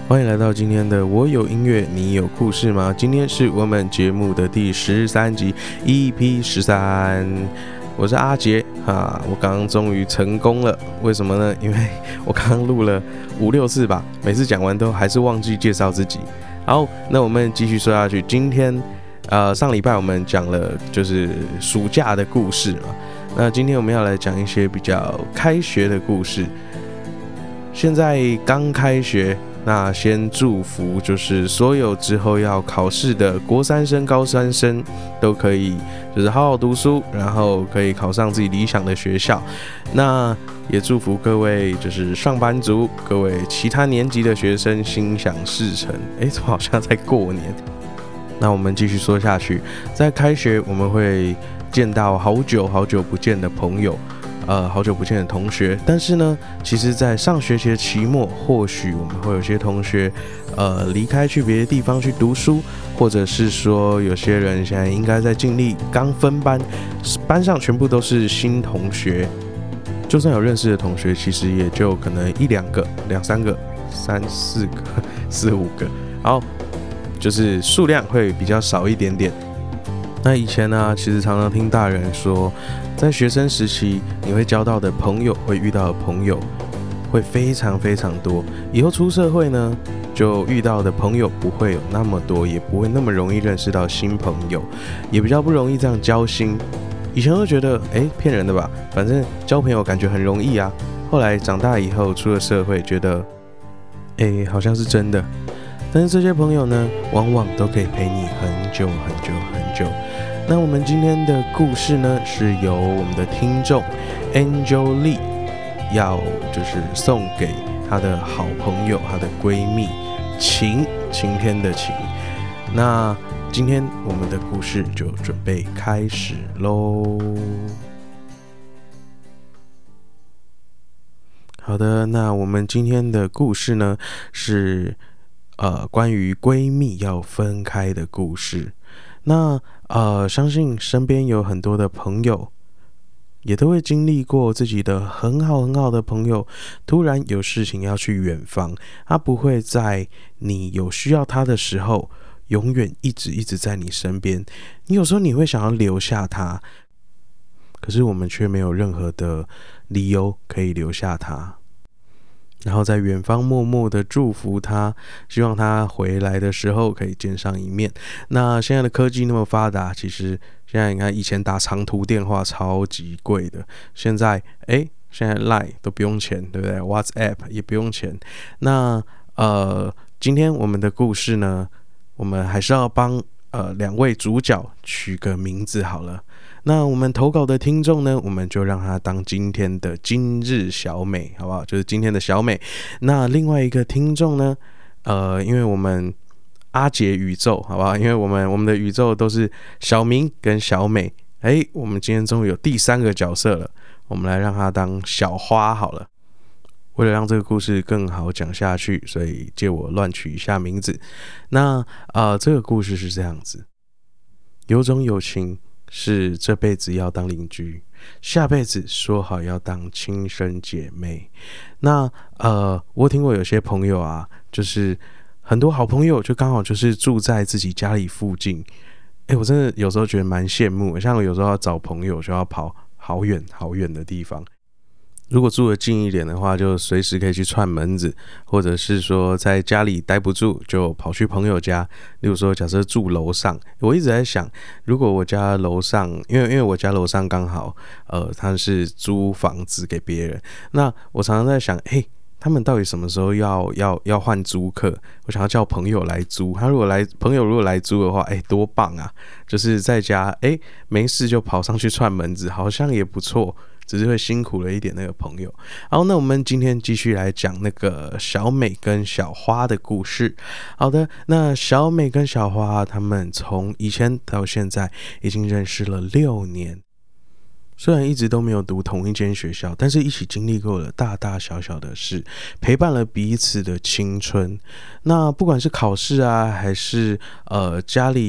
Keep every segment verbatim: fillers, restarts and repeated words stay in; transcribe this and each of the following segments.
欢迎来到今天的我有音乐你有故事吗？今天是我们节目的第十三集 E P 十三，我是阿杰啊，我刚刚终于成功了，为什么呢？因为我刚刚录了五六次吧，每次讲完都还是忘记介绍自己。好，那我们继续说下去。今天呃上礼拜我们讲了就是暑假的故事嘛，那今天我们要来讲一些比较开学的故事。现在刚开学，那先祝福就是所有之后要考试的国三生、高三生都可以就是好好读书，然后可以考上自己理想的学校。那也祝福各位就是上班族、各位其他年级的学生心想事成。哎，怎么好像在过年？那我们继续说下去，在开学我们会见到好久好久不见的朋友。呃，好久不见的同学，但是呢，其实，在上学期的期末，或许我们会有些同学，呃，离开去别的地方去读书，或者是说，有些人现在应该在尽力刚分班，班上全部都是新同学，就算有认识的同学，其实也就可能一两个、两三个、三四个、四五个，然后就是数量会比较少一点点。那以前呢、啊，其实常常听大人说，在学生时期你会交到的朋友，会遇到的朋友会非常非常多。以后出社会呢，就遇到的朋友不会有那么多，也不会那么容易认识到新朋友，也比较不容易这样交心。以前都觉得，哎，骗人的吧，反正交朋友感觉很容易啊。后来长大以后出了社会，觉得，哎，好像是真的。但是这些朋友呢，往往都可以陪你很久很久很久。那我们今天的故事呢，是由我们的听众 Angel Lee 要就是送给她的好朋友、她的闺蜜晴，晴天的晴。那今天我们的故事就准备开始喽。好的，那我们今天的故事呢，是呃关于闺蜜要分开的故事。那呃，相信身边有很多的朋友，也都会经历过自己的很好很好的朋友，突然有事情要去远方，他不会在你有需要他的时候，永远一直一直在你身边。你有时候你会想要留下他，可是我们却没有任何的理由可以留下他。然后在远方默默的祝福他，希望他回来的时候可以见上一面。那现在的科技那么发达，其实现在你看，以前打长途电话超级贵的，现在哎，现在 Line 都不用钱，对不对 ？WhatsApp 也不用钱。那呃，今天我们的故事呢，我们还是要帮呃两位主角取个名字好了。那我们投稿的听众呢，我们就让他当今天的今日小美，好不好？就是今天的小美。那另外一个听众呢，呃，因为我们阿杰宇宙，好不好？因为我们我们的宇宙都是小明跟小美，哎，我们今天终于有第三个角色了，我们来让他当小花好了。为了让这个故事更好讲下去，所以借我乱取一下名字。那呃，这个故事是这样子：有种友情是这辈子要当邻居，下辈子说好要当亲生姐妹。那呃，我听过有些朋友啊，就是很多好朋友就刚好就是住在自己家里附近。哎，我真的有时候觉得蛮羡慕的，像我有时候要找朋友就要跑好远好远的地方。如果住得近一点的话，就随时可以去串门子，或者是说在家里待不住，就跑去朋友家。例如说，假设住楼上，我一直在想，如果我家楼上，因为因为我家楼上刚好，呃，他是租房子给别人，那我常常在想，嘿，他们到底什么时候要要要换租客？我想要叫朋友来租，他如果来朋友如果来租的话，哎，多棒啊！就是在家，哎，没事就跑上去串门子，好像也不错。只是会辛苦了一点那个朋友。好，那我们今天继续来讲那个小美跟小花的故事。好的，那小美跟小花他们从以前到现在已经认识了六年。虽然一直都没有读同一间学校，但是一起经历过了大大小小的事，陪伴了彼此的青春。那不管是考试啊，还是呃家里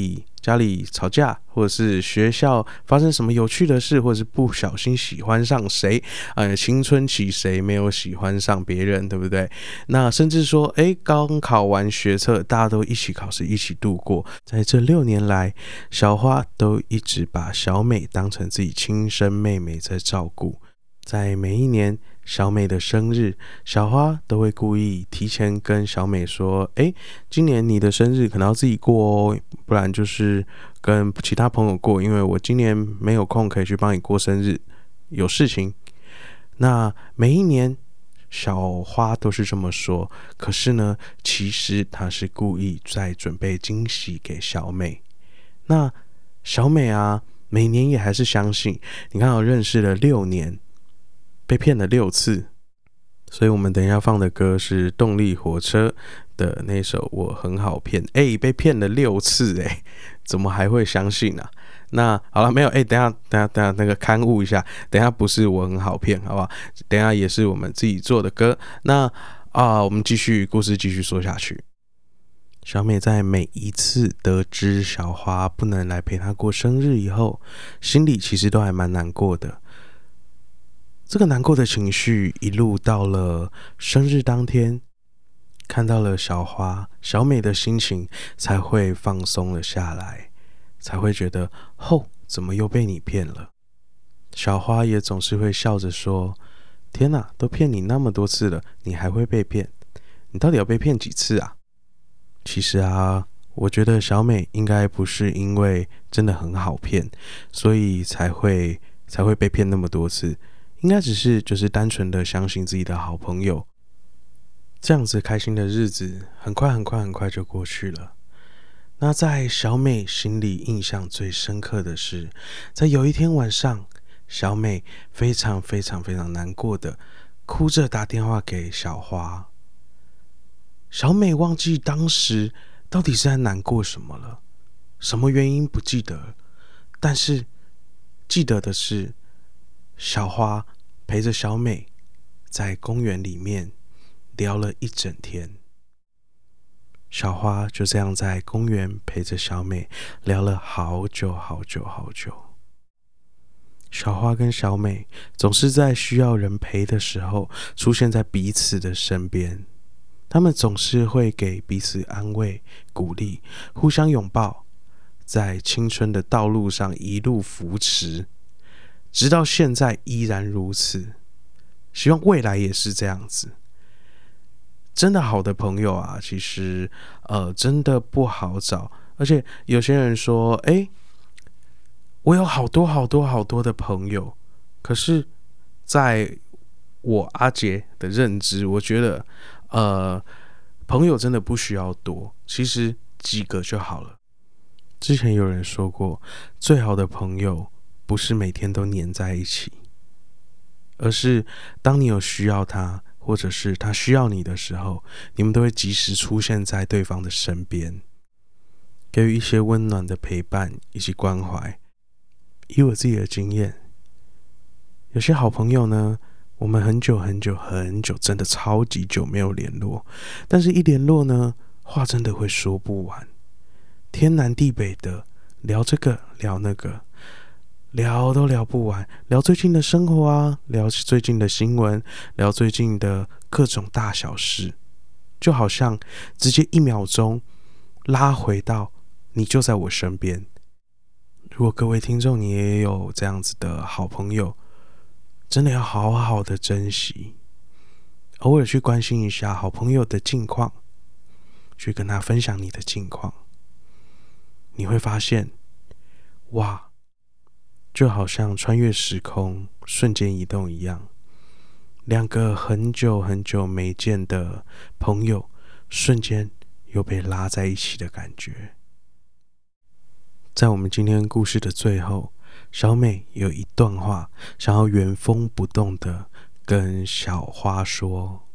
家里吵架，或者是学校发生什么有趣的事，或者是不小心喜欢上谁，呃，青春期谁没有喜欢上别人，对不对？那甚至说，哎，刚考完学测，大家都一起考试，一起度过。在这六年来，小花都一直把小美当成自己亲生妹妹在照顾。在每一年小美的生日，小花都会故意提前跟小美说，诶，今年你的生日可能要自己过哦，不然就是跟其他朋友过，因为我今年没有空可以去帮你过生日，有事情。那每一年小花都是这么说，可是呢，其实她是故意在准备惊喜给小美。那小美啊，每年也还是相信，你看我认识了六年，被骗了六次，所以我们等一下放的歌是动力火车的那首《我很好骗》。哎，被骗了六次，哎，怎么还会相信啊？那好了，没有，哎，等一下，等一下，等一下，那个勘误一下，等一下不是我很好骗，好不好？等一下也是我们自己做的歌。那啊，我们继续故事继续说下去。小美在每一次得知小花不能来陪她过生日以后，心里其实都还蛮难过的。这个难过的情绪一路到了生日当天，看到了小花，小美的心情才会放松了下来，才会觉得，吼，怎么又被你骗了？小花也总是会笑着说，天哪，都骗你那么多次了，你还会被骗？你到底要被骗几次啊？其实啊，我觉得小美应该不是因为真的很好骗，所以才会才会被骗那么多次。应该只是就是单纯的相信自己的好朋友，这样子开心的日子很快很快很快就过去了。那在小美心里印象最深刻的是，在有一天晚上，小美非常非常非常难过的哭着打电话给小花。小美忘记当时到底是在难过什么了，什么原因不记得，但是记得的是小花陪着小美在公园里面聊了一整天。小花就这样在公园陪着小美聊了好久好久好久。小花跟小美总是在需要人陪的时候出现在彼此的身边，他们总是会给彼此安慰鼓励，互相拥抱，在青春的道路上一路扶持，直到现在依然如此，希望未来也是这样子。真的好的朋友啊，其实呃真的不好找，而且有些人说，哎，我有好多好多好多的朋友，可是在我阿杰的认知，我觉得呃朋友真的不需要多，其实几个就好了。之前有人说过，最好的朋友不是每天都黏在一起，而是当你有需要他，或者是他需要你的时候，你们都会及时出现在对方的身边，给予一些温暖的陪伴以及关怀。以我自己的经验，有些好朋友呢，我们很久很久很久，真的超级久没有联络，但是一联络呢，话真的会说不完，天南地北的聊这个聊那个，聊都聊不完，聊最近的生活啊，聊最近的新闻，聊最近的各种大小事，就好像直接一秒钟拉回到你就在我身边。如果各位听众你也有这样子的好朋友，真的要好好的珍惜，偶尔去关心一下好朋友的近况，去跟他分享你的近况，你会发现，哇，就好像穿越时空瞬间移动一样，两个很久很久没见的朋友瞬间又被拉在一起的感觉。在我们今天故事的最后，小美有一段话想要原封不动的跟小花说，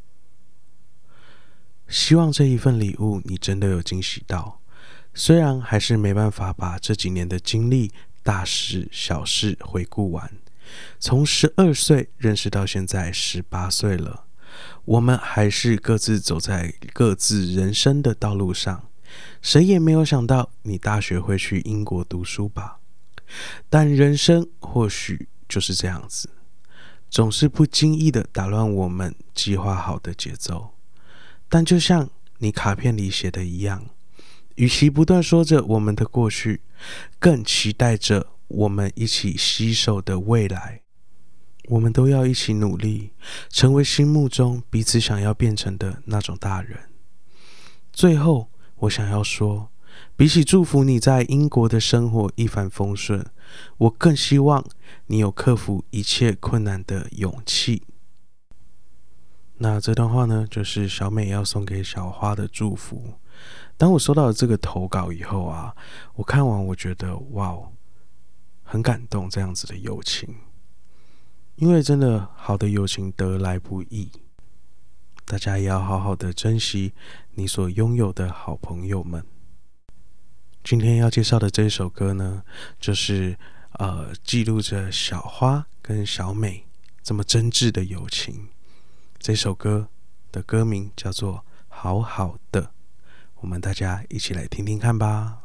希望这一份礼物你真的有惊喜到，虽然还是没办法把这几年的经历大事小事回顾完，从十二岁认识到现在十八岁了，我们还是各自走在各自人生的道路上， 谁也没有想到你大学会去英国读书吧？但人生或许就是这样子，总是不经意的打乱我们计划好的节奏。但就像你卡片里写的一样，与其不断说着我们的过去，更期待着我们一起携手的未来。我们都要一起努力，成为心目中彼此想要变成的那种大人。最后，我想要说，比起祝福你在英国的生活一帆风顺，我更希望你有克服一切困难的勇气。那这段话呢，就是小美要送给小花的祝福。当我收到这个投稿以后啊，我看完我觉得哇，很感动这样子的友情。因为真的好的友情得来不易，大家也要好好的珍惜你所拥有的好朋友们。今天要介绍的这首歌呢，就是呃记录着小花跟小美这么真挚的友情。这首歌的歌名叫做《好好的》，我们大家一起来听听看吧。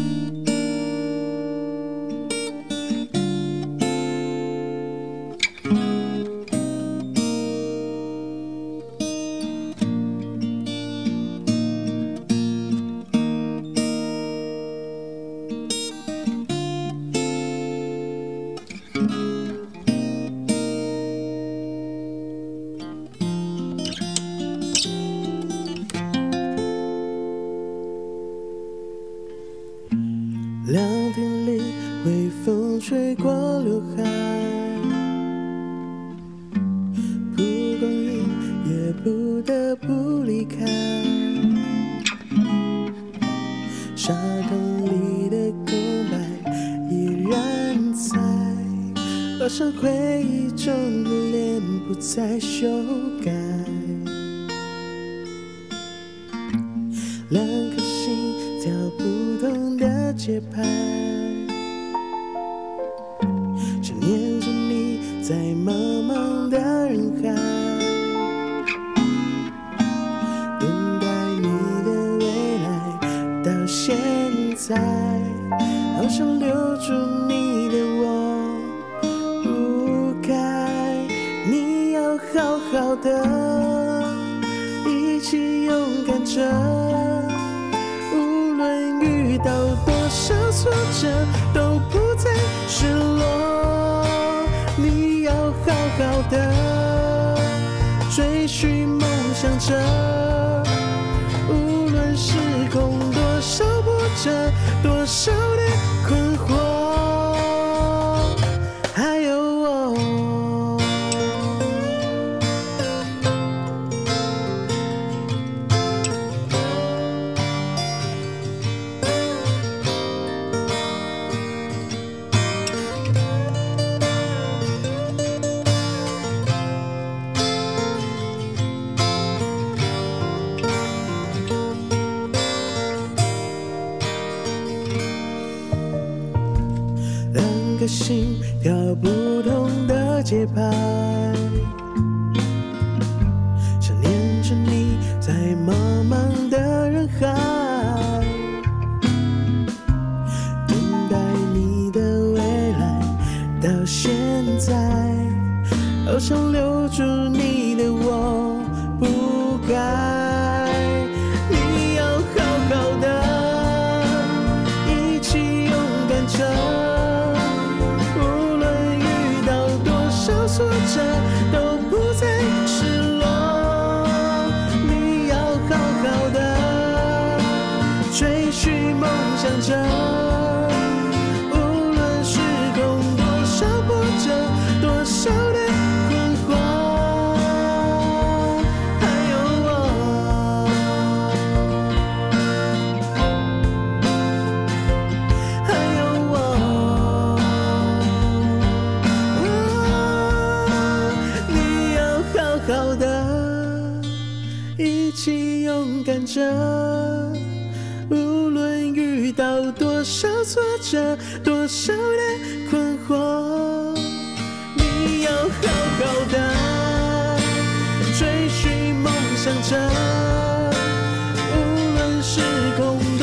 凉亭里，微风吹过刘海，蒲公英也不得不离开。沙坑里的空白依然在，画上回忆中的脸，不再修改。两颗心跳不同的节拍，想念着你在茫茫的人海，等待你的未来。到现在，好想留住你的我不该。你要好好的，一起勇敢着。遇到多少挫折都不再失落，你要好好的追寻梦想着，无论时空多少波折，多少的困惑，还有我。个心跳不同的节拍，想念着你在茫茫的人海，等待你的未来。到现在，好想留住你的我不该。你要好好的，一起勇敢着。挫折都不再失落，你要好好的追寻梦想着，无论时空多少波折，多少的困惑，还有我，还有我。好的，一起勇敢着，无论遇到多少挫折，多少的困惑，你要好好的追寻梦想着，无论时空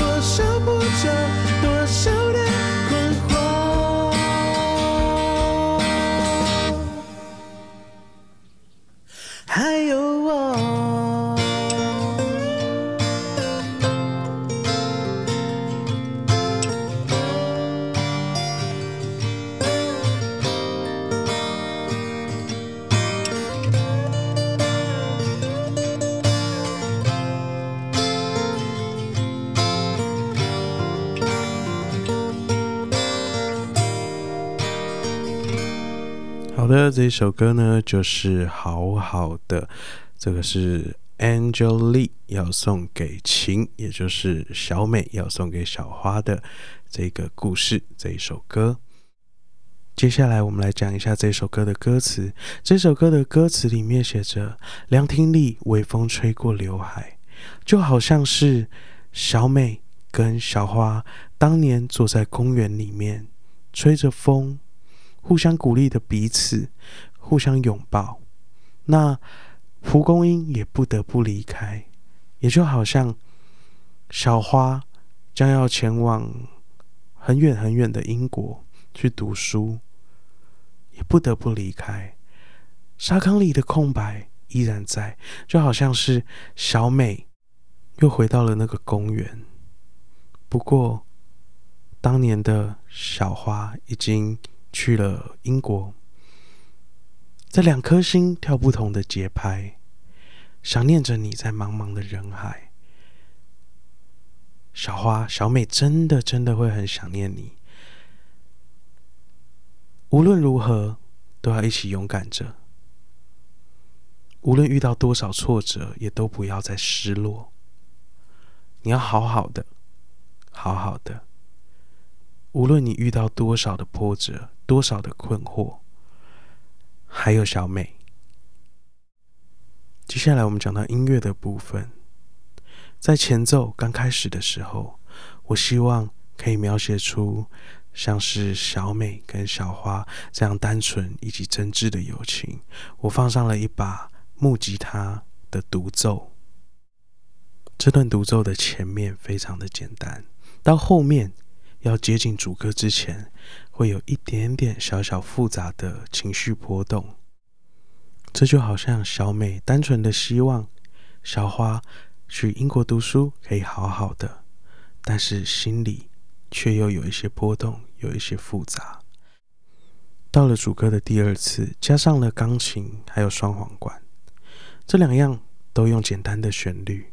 的，这一首歌呢就是好好的，这个是 Angel Lee 要送给晴，也就是小美要送给小花的这个故事，这一首歌。接下来我们来讲一下这首歌的歌词。这首歌的歌词里面写着，凉亭里微风吹过刘海，就好像是小美跟小花当年坐在公园里面吹着风，互相鼓励的彼此，互相拥抱。那蒲公英也不得不离开，也就好像小花将要前往很远很远的英国去读书，也不得不离开。沙坑里的空白依然在，就好像是小美又回到了那个公园。不过当年的小花已经去了英国，这两颗心跳不同的节拍，想念着你在茫茫的人海。小花小美真的真的会很想念你，无论如何都要一起勇敢着，无论遇到多少挫折也都不要再失落，你要好好的好好的，无论你遇到多少的波折，多少的困惑。还有小美。接下来我们讲到音乐的部分，在前奏刚开始的时候，我希望可以描写出像是小美跟小花这样单纯以及真挚的友情。我放上了一把木吉他的独奏，这段独奏的前面非常的简单，到后面要接近主歌之前，会有一点点小小复杂的情绪波动。这就好像小美单纯的希望小花去英国读书可以好好的，但是心里却又有一些波动，有一些复杂。到了主歌的第二次，加上了钢琴还有双簧管，这两样都用简单的旋律，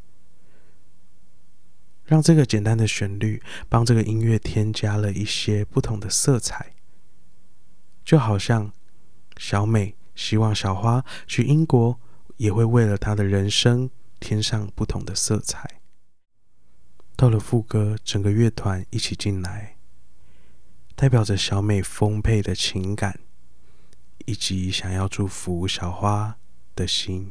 让这个简单的旋律帮这个音乐添加了一些不同的色彩。就好像小美希望小花去英国，也会为了她的人生添上不同的色彩。到了副歌，整个乐团一起进来，代表着小美丰沛的情感，以及想要祝福小花的心。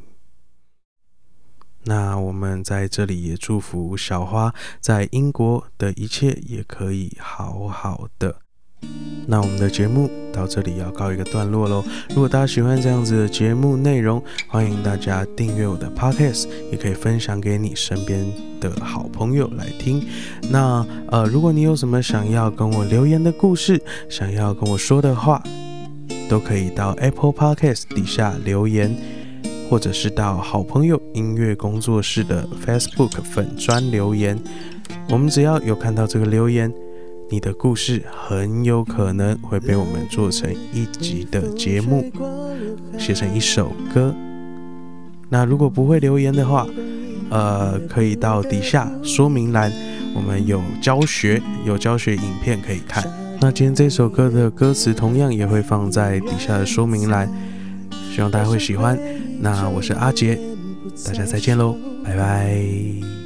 那我们在这里也祝福小花在英国的一切也可以好好的。那我们的节目到这里要告一个段落咯。如果大家喜欢这样子的节目内容，欢迎大家订阅我的 podcast， 也可以分享给你身边的好朋友来听。那呃，如果你有什么想要跟我留言的故事，想要跟我说的话，都可以到 Apple Podcast 底下留言，或者是到好朋友音乐工作室的 Facebook 粉专留言。我们只要有看到这个留言，你的故事很有可能会被我们做成一集的节目，写成一首歌。那如果不会留言的话，呃，可以到底下说明栏，我们有教学，有教学影片可以看。那今天这首歌的歌词同样也会放在底下的说明栏，希望大家会喜欢。那我是阿杰，大家再见喽，拜拜。